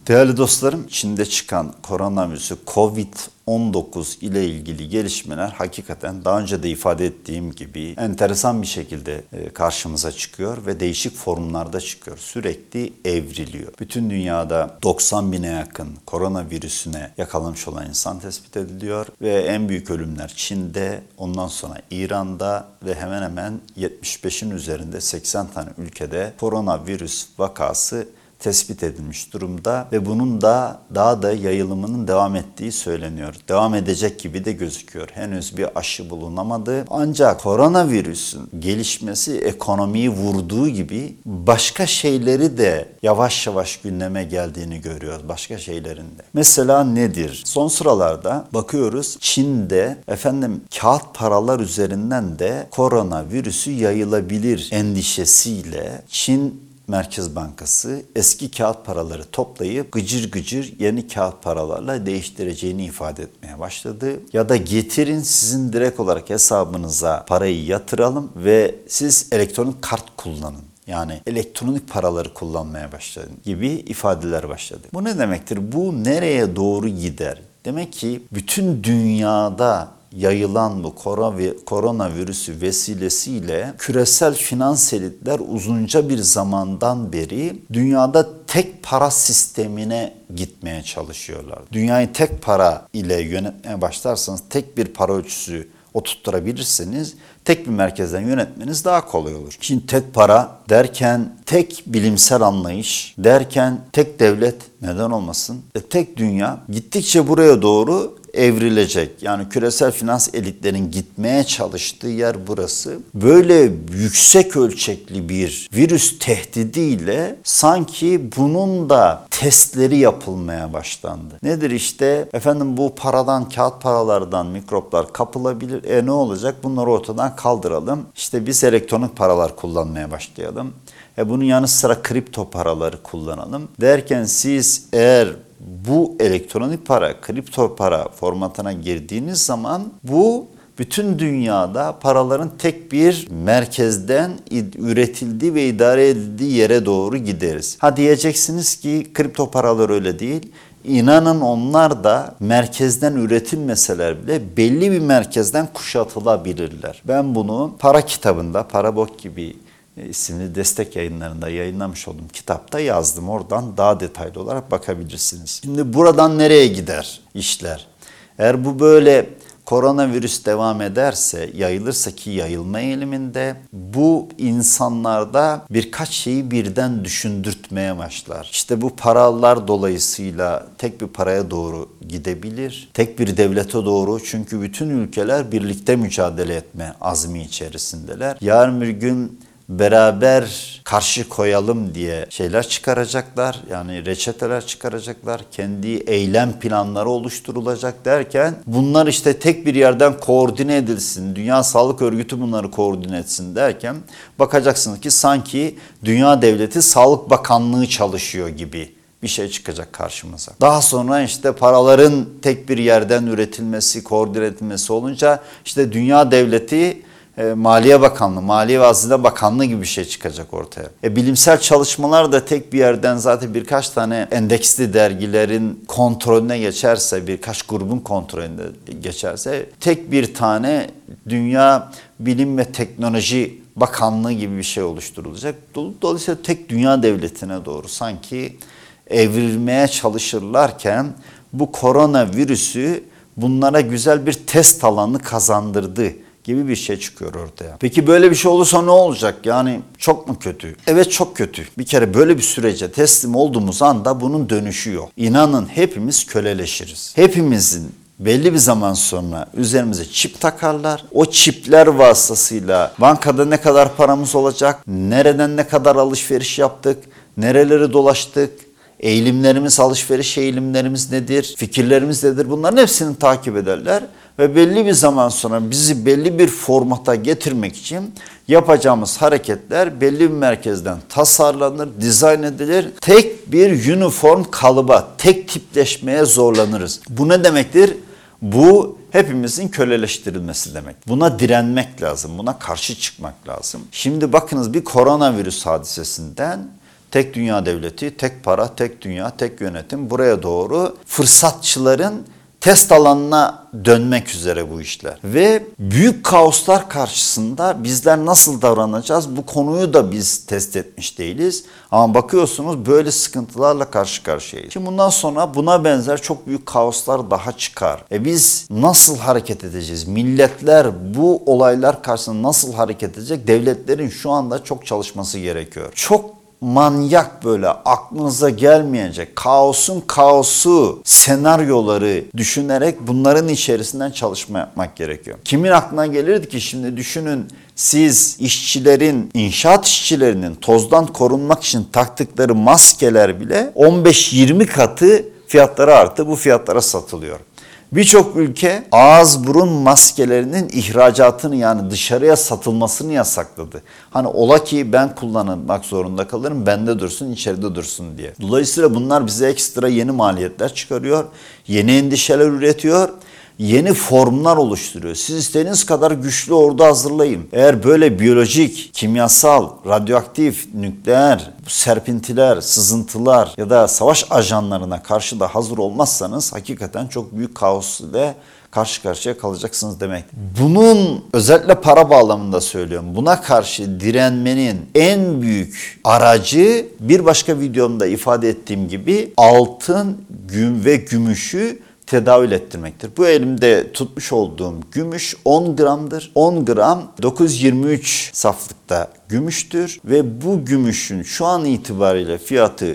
Değerli dostlarım, Çin'de çıkan koronavirüsü COVID-19 ile ilgili gelişmeler hakikaten daha önce de ifade ettiğim gibi enteresan bir şekilde karşımıza çıkıyor ve değişik formlarda çıkıyor. Sürekli evriliyor. Bütün dünyada 90 bine yakın koronavirüsüne yakalanmış olan insan tespit ediliyor ve en büyük ölümler Çin'de, ondan sonra İran'da ve hemen hemen 75'in üzerinde 80 tane ülkede koronavirüs vakası tespit edilmiş durumda ve bunun da daha da yayılımının devam ettiği söyleniyor. Devam edecek gibi de gözüküyor. Henüz bir aşı bulunamadı. Ancak koronavirüsün gelişmesi ekonomiyi vurduğu gibi başka şeyleri de yavaş yavaş gündeme geldiğini görüyoruz. Başka şeylerin de. Mesela nedir? Son sıralarda bakıyoruz Çin'de kağıt paralar üzerinden de koronavirüsü yayılabilir endişesiyle Çin Merkez Bankası eski kağıt paraları toplayıp gıcır gıcır yeni kağıt paralarla değiştireceğini ifade etmeye başladı. Ya da getirin sizin direkt olarak hesabınıza parayı yatıralım ve siz elektronik kart kullanın. Yani elektronik paraları kullanmaya başladın gibi ifadeler başladı. Bu ne demektir? Bu nereye doğru gider? Demek ki bütün dünyada yayılan bu koronavirüsü vesilesiyle küresel finans elitler uzunca bir zamandan beri dünyada tek para sistemine gitmeye çalışıyorlar. Dünyayı tek para ile yönetmeye başlarsanız, tek bir para ölçüsü oturtturabilirseniz tek bir merkezden yönetmeniz daha kolay olur. Şimdi tek para derken, tek bilimsel anlayış derken, tek devlet neden olmasın? Tek dünya gittikçe buraya doğru evrilecek. Yani küresel finans elitlerin gitmeye çalıştığı yer burası. Böyle yüksek ölçekli bir virüs tehdidiyle sanki bunun da testleri yapılmaya başlandı. Nedir işte? Bu paradan, kağıt paralardan mikroplar kapılabilir. Ne olacak? Bunları ortadan kaldıralım. İşte biz elektronik paralar kullanmaya başlayalım. Bunun yanı sıra kripto paraları kullanalım. Derken siz eğer bu elektronik para, kripto para formatına girdiğiniz zaman bu bütün dünyada paraların tek bir merkezden üretildiği ve idare edildiği yere doğru gideriz. Diyeceksiniz ki kripto paralar öyle değil. İnanın onlar da merkezden üretilmeseler bile belli bir merkezden kuşatılabilirler. Ben bunu Para kitabında, Para Bok gibi isimli destek yayınlarında yayınlamış olduğum kitapta yazdım. Oradan daha detaylı olarak bakabilirsiniz. Şimdi buradan nereye gider işler? Eğer bu böyle koronavirüs devam ederse, yayılırsa ki yayılma eğiliminde, bu insanlarda birkaç şeyi birden düşündürtmeye başlar. İşte bu paralar dolayısıyla tek bir paraya doğru gidebilir. Tek bir devlete doğru, çünkü bütün ülkeler birlikte mücadele etme azmi içerisindeler. Yarın bir gün beraber karşı koyalım diye şeyler çıkaracaklar. Yani reçeteler çıkaracaklar. Kendi eylem planları oluşturulacak derken bunlar işte tek bir yerden koordine edilsin. Dünya Sağlık Örgütü bunları koordine etsin derken bakacaksınız ki sanki Dünya Devleti Sağlık Bakanlığı çalışıyor gibi bir şey çıkacak karşımıza. Daha sonra işte paraların tek bir yerden üretilmesi, koordine edilmesi olunca işte Dünya Devleti Maliye Bakanlığı, Maliye ve Hazine Bakanlığı gibi bir şey çıkacak ortaya. Bilimsel çalışmalar da tek bir yerden zaten birkaç tane endeksli dergilerin kontrolüne geçerse, birkaç grubun kontrolüne geçerse tek bir tane Dünya Bilim ve Teknoloji Bakanlığı gibi bir şey oluşturulacak. Dolayısıyla tek dünya devletine doğru sanki evrilmeye çalışırlarken bu koronavirüsü bunlara güzel bir test alanı kazandırdı gibi bir şey çıkıyor ortaya. Peki böyle bir şey olursa ne olacak? Yani çok mu kötü? Evet, çok kötü. Bir kere böyle bir sürece teslim olduğumuz anda bunun dönüşü yok. İnanın hepimiz köleleşiriz. Hepimizin belli bir zaman sonra üzerimize çip takarlar. O çipler vasıtasıyla bankada ne kadar paramız olacak, nereden ne kadar alışveriş yaptık, nereleri dolaştık, eğilimlerimiz, alışveriş eğilimlerimiz nedir, fikirlerimiz nedir, bunların hepsini takip ederler. Ve belli bir zaman sonra bizi belli bir formata getirmek için yapacağımız hareketler belli bir merkezden tasarlanır, dizayn edilir. Tek bir uniform kalıba, tek tipleşmeye zorlanırız. Bu ne demektir? Bu hepimizin köleleştirilmesi demek. Buna direnmek lazım, buna karşı çıkmak lazım. Şimdi bakınız, bir koronavirüs hadisesinden tek dünya devleti, tek para, tek dünya, tek yönetim, buraya doğru fırsatçıların test alanına dönmek üzere bu işler. Ve büyük kaoslar karşısında bizler nasıl davranacağız? Bu konuyu da biz test etmiş değiliz. Ama bakıyorsunuz böyle sıkıntılarla karşı karşıyayız. Şimdi bundan sonra buna benzer çok büyük kaoslar daha çıkar. Biz nasıl hareket edeceğiz? Milletler bu olaylar karşısında nasıl hareket edecek? Devletlerin şu anda çok çalışması gerekiyor. Çok manyak, böyle aklınıza gelmeyecek kaosun kaosu senaryoları düşünerek bunların içerisinden çalışma yapmak gerekiyor. Kimin aklına gelirdi ki, şimdi düşünün, siz işçilerin, inşaat işçilerinin tozdan korunmak için taktıkları maskeler bile 15-20 katı fiyatları arttı, bu fiyatlara satılıyor. Birçok ülke ağız burun maskelerinin ihracatını, yani dışarıya satılmasını yasakladı. Hani ola ki ben kullanmak zorunda kalırım, bende dursun, içeride dursun diye. Dolayısıyla bunlar bize ekstra yeni maliyetler çıkarıyor, yeni endişeler üretiyor, yeni formlar oluşturuyor. Siz istediğiniz kadar güçlü ordu hazırlayın. Eğer böyle biyolojik, kimyasal, radyoaktif, nükleer serpintiler, sızıntılar ya da savaş ajanlarına karşı da hazır olmazsanız hakikaten çok büyük kaos ile karşı karşıya kalacaksınız demek. Bunun özellikle para bağlamında söylüyorum. Buna karşı direnmenin en büyük aracı, bir başka videomda ifade ettiğim gibi, altın, ve gümüşü tedavül ettirmektir. Bu elimde tutmuş olduğum gümüş 10 gramdır. 10 gram 923 saflıkta gümüştür ve bu gümüşün şu an itibariyle fiyatı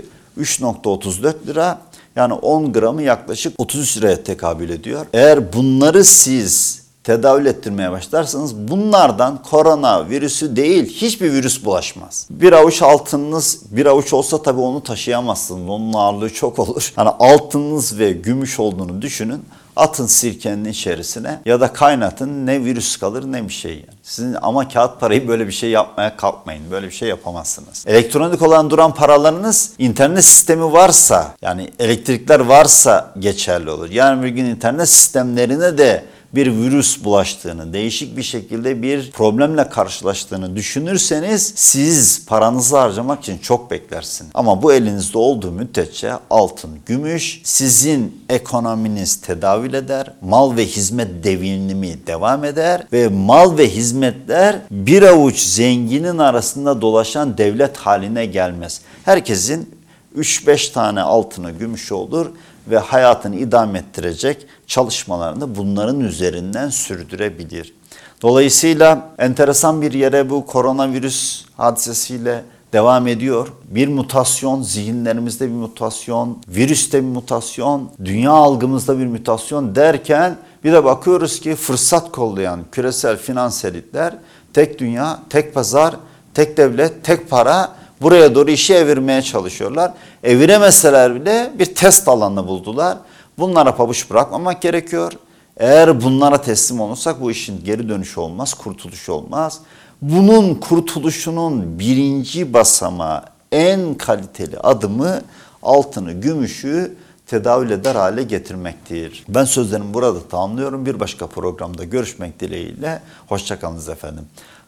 3.34 lira. Yani 10 gramı yaklaşık 33 liraya tekabül ediyor. Eğer bunları siz tedavül ettirmeye başlarsanız bunlardan koronavirüsü değil hiçbir virüs bulaşmaz. Bir avuç altınınız, bir avuç olsa tabii onu taşıyamazsınız. Onun ağırlığı çok olur. Hani altınınız ve gümüş olduğunu düşünün. Atın sirkenin içerisine ya da kaynatın, ne virüs kalır ne bir şey yani. Sizin ama kağıt parayı böyle bir şey yapmaya kalkmayın. Böyle bir şey yapamazsınız. Elektronik olan duran paralarınız internet sistemi varsa, yani elektrikler varsa geçerli olur. Yani bir gün internet sistemlerine de bir virüs bulaştığını, değişik bir şekilde bir problemle karşılaştığını düşünürseniz siz paranızı harcamak için çok beklersiniz. Ama bu elinizde olduğu müddetçe altın, gümüş sizin ekonominiz tedavül eder, mal ve hizmet devinimi devam eder ve mal ve hizmetler bir avuç zenginin arasında dolaşan devlet haline gelmez. Herkesin 3-5 tane altını, gümüşü olur ve hayatını idame ettirecek çalışmalarını bunların üzerinden sürdürebilir. Dolayısıyla enteresan bir yere bu koronavirüs hadisesiyle devam ediyor. Bir mutasyon, zihinlerimizde bir mutasyon, virüste bir mutasyon, dünya algımızda bir mutasyon derken bir de bakıyoruz ki fırsat kollayan küresel finans elitler tek dünya, tek pazar, tek devlet, tek para, buraya doğru işi evirmeye çalışıyorlar. Eviremeseler bile bir test alanı buldular. Bunlara pabuç bırakmamak gerekiyor. Eğer bunlara teslim olursak bu işin geri dönüşü olmaz, kurtuluşu olmaz. Bunun kurtuluşunun birinci basamağı, en kaliteli adımı altını, gümüşü tedavül eder hale getirmektir. Ben sözlerimi burada tamamlıyorum. Bir başka programda görüşmek dileğiyle. Hoşça kalınız efendim.